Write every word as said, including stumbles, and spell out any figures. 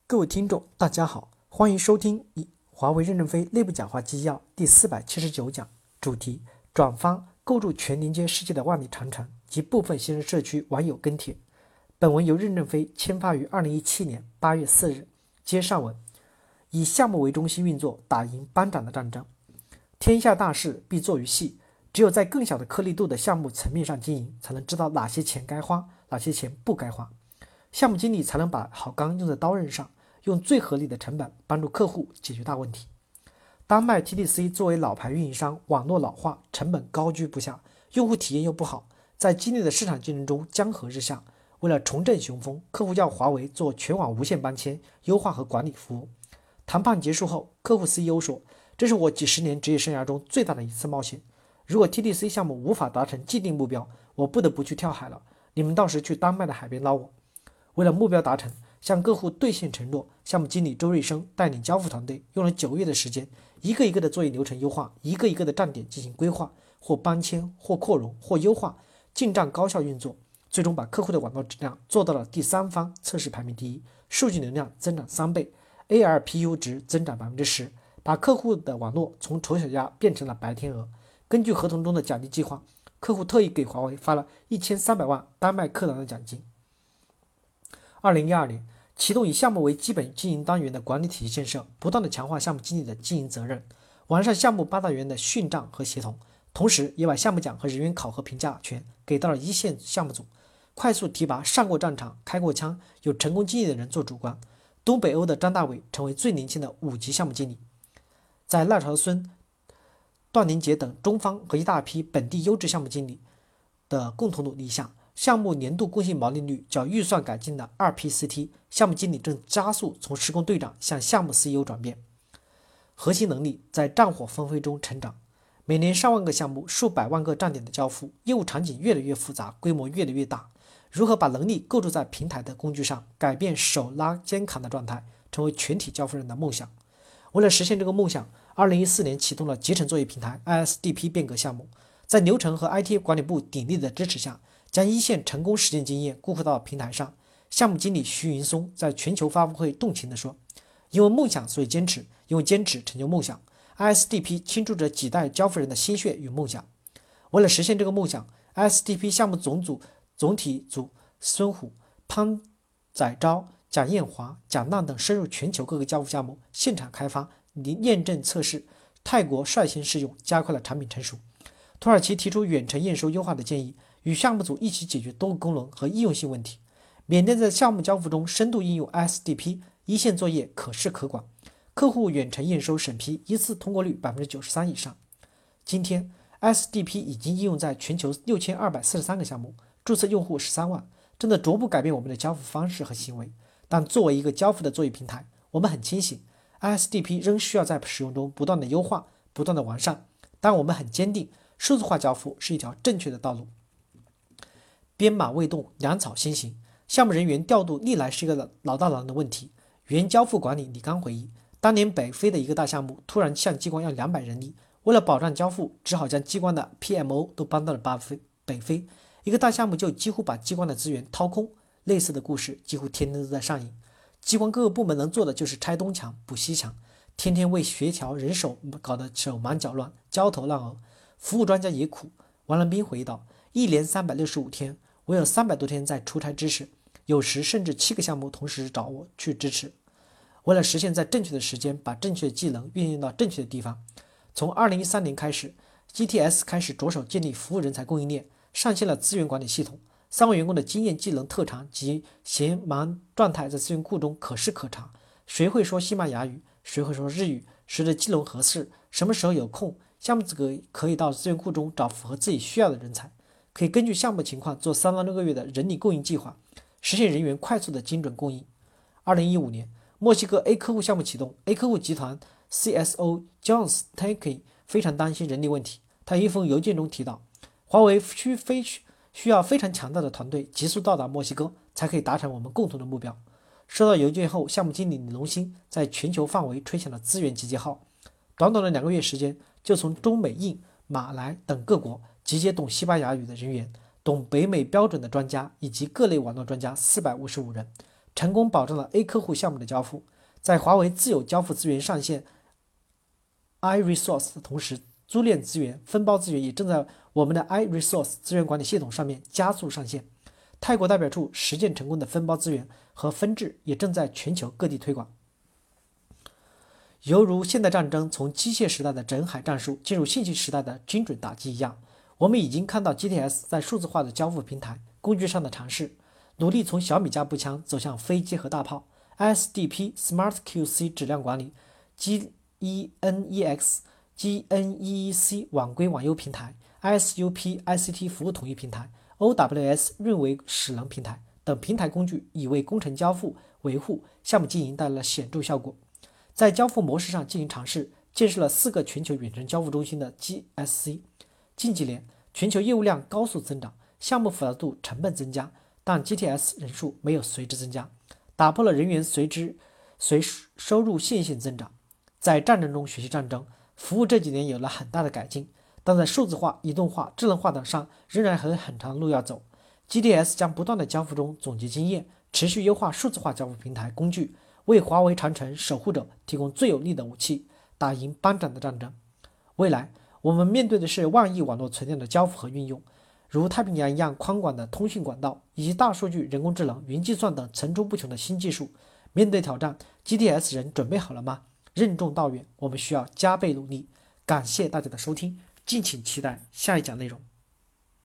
各位听众，大家好，欢迎收听以华为任正非内部讲话纪要第四百七十九讲，主题：转发构筑全连接世界的万里长城及部分新生社区网友跟帖。本文由任正非签发于二零一七年八月四日。接上文，以项目为中心运作，打赢班长的战争。天下大事必作于细，只有在更小的颗粒度的项目层面上经营，才能知道哪些钱该花，哪些钱不该花。项目经理才能把好钢用在刀刃上，用最合理的成本帮助客户解决大问题。丹麦 T D C 作为老牌运营商，网络老化，成本高居不下，用户体验又不好，在激烈的市场竞争中江河日下。为了重振雄风，客户要华为做全网无线搬迁、优化和管理服务。谈判结束后，客户 C E O 说：“这是我几十年职业生涯中最大的一次冒险。如果 T D C 项目无法达成既定目标，我不得不去跳海了。你们到时去丹麦的海边捞我。”为了目标达成，向客户兑现承诺，项目经理周瑞生带领交付团队用了九个月的时间，一个一个的作业流程优化，一个一个的站点进行规划，或搬迁，或扩容，或优化，进账高效运作，最终把客户的网络质量做到了第三方测试排名第一，数据流量增长三倍 ，A R P U 值增长百分之十，把客户的网络从丑小鸭变成了白天鹅。根据合同中的奖励计划，客户特意给华为发了一千三百万丹麦克朗的奖金。二零一二年，启动以项目为基本经营单元的管理体系建设，不断地强化项目经理的经营责任，完善项目八大员的训账和协同，同时也把项目奖和人员考核评价权给到了一线项目组，快速提拔上过战场、开过枪、有成功经验的人做主管。东北欧的张大伟成为最年轻的五级项目经理。在赖朝孙、段宁杰等中方和一大批本地优质项目经理的共同努力下，项目年度贡献毛利率较预算改进的 二 P C T， 项目经理正加速从施工队长向项目 C E O 转变，核心能力在战火纷飞中成长。每年上万个项目、数百万个站点的交付，业务场景越来越复杂，规模越来越大。如何把能力构筑在平台的工具上，改变手拉肩扛的状态，成为全体交付人的梦想。为了实现这个梦想，二零一四年启动了集成作业平台 I S D P 变革项目，在流程和 I T 管理部鼎力的支持下，将一线成功实践经验固化到平台上。项目经理徐云松在全球发布会动情地说：“因为梦想，所以坚持；因为坚持，成就梦想。I S D P 倾注着几代交付人的心血与梦想。”为了实现这个梦想 ，I S D P 项目总组总体组孙虎、潘载昭、蒋艳华、蒋浪等深入全球各个交付项目，现场开发、验证测试。泰国率先试用，加快了产品成熟。土耳其提出远程验收优化的建议，与项目组一起解决多个功能和应用性问题。缅甸在项目交付中深度应用 I S D P， 一线作业可视可管，客户远程验收审批一次通过率 百分之九十三 以上。今天 I S D P 已经应用在全球六千二百四十三个项目，注册用户十三万，正在逐步改变我们的交付方式和行为。但作为一个交付的作业平台，我们很清醒 I S D P 仍需要在使用中不断的优化，不断的完善，但我们很坚定数字化交付是一条正确的道路。编码未动，粮草先行。项目人员调度历来是一个老大难的问题。原交付管理李刚回忆，当年北非的一个大项目突然向机关要两百人力，为了保障交付，只好将机关的 P M O 都搬到了北非，一个大项目就几乎把机关的资源掏空。类似的故事几乎天天都在上演。机关各个部门能做的就是拆东墙补西墙，天天为协调人手搞得手忙脚乱，焦头烂额。服务专家也苦。王仁斌回忆道，一连三百六十五天，我有三百多天在出差支持，有时甚至七个项目同时找我去支持。为了实现在正确的时间把正确的技能运用到正确的地方，从二零一三年开始 G T S 开始着手建立服务人才供应链，上线了资源管理系统，三位员工的经验、技能、特长及闲忙状态在资源库中可视可查，谁会说西班牙语，谁会说日语，谁的技能合适，什么时候有空，项目组可以到资源库中找符合自己需要的人才，可以根据项目情况做三到六个月的人力供应计划，实现人员快速的精准供应。二零一五年，墨西哥 A 客户项目启动 ，A 客户集团 C S O Jones Takei 非常担心人力问题。他一封邮件中提到，华为需非需要非常强大的团队急速到达墨西哥，才可以达成我们共同的目标。收到邮件后，项目经理李龙兴在全球范围吹响了资源集结号，短短的两个月时间，就从中美印、马来等各国集结懂西班牙语的人员，懂北美标准的专家以及各类网络专家四百五十五人， 成功保证了 A 客户项目的交付。在华为自有交付资源上线 iResource 的同时，租赁资源、分包资源也正在我们的 iResource 资源管理系统上面加速上线。泰国代表处实践成功的分包资源和分制也正在全球各地推广。犹如现代战争从机械时代的整海战术进入信息时代的精准打击一样，我们已经看到 G T S 在数字化的交付平台、工具上的尝试，努力从小米加步枪走向飞机和大炮。I S D P Smart Q C 质量管理、G E N E X、G N E E C 网规网优平台、I S U P I C T 服务统一平台、O W S 运维使能平台等平台工具，已为工程交付、维护、项目经营带来了显著效果。在交付模式上进行尝试，建设了四个全球远程交付中心的 G S C。近几年，全球业务量高速增长，项目复杂度、成本增加，但 G T S 人数没有随之增加，打破了人员随之随收入线性增长。在战争中学习战争，服务这几年有了很大的改进，但在数字化、移动化、智能化等上仍然还有很长的路要走。G T S 将不断的交付中总结经验，持续优化数字化交付平台工具，为华为长城守护者提供最有力的武器，打赢班长的战争。未来我们面对的是万亿网络存量的交付和运用，如太平洋一样宽广的通讯管道，以及大数据、人工智能、云计算等层出不穷的新技术。面对挑战， G T S 人准备好了吗？任重道远，我们需要加倍努力。感谢大家的收听，敬请期待下一讲内容。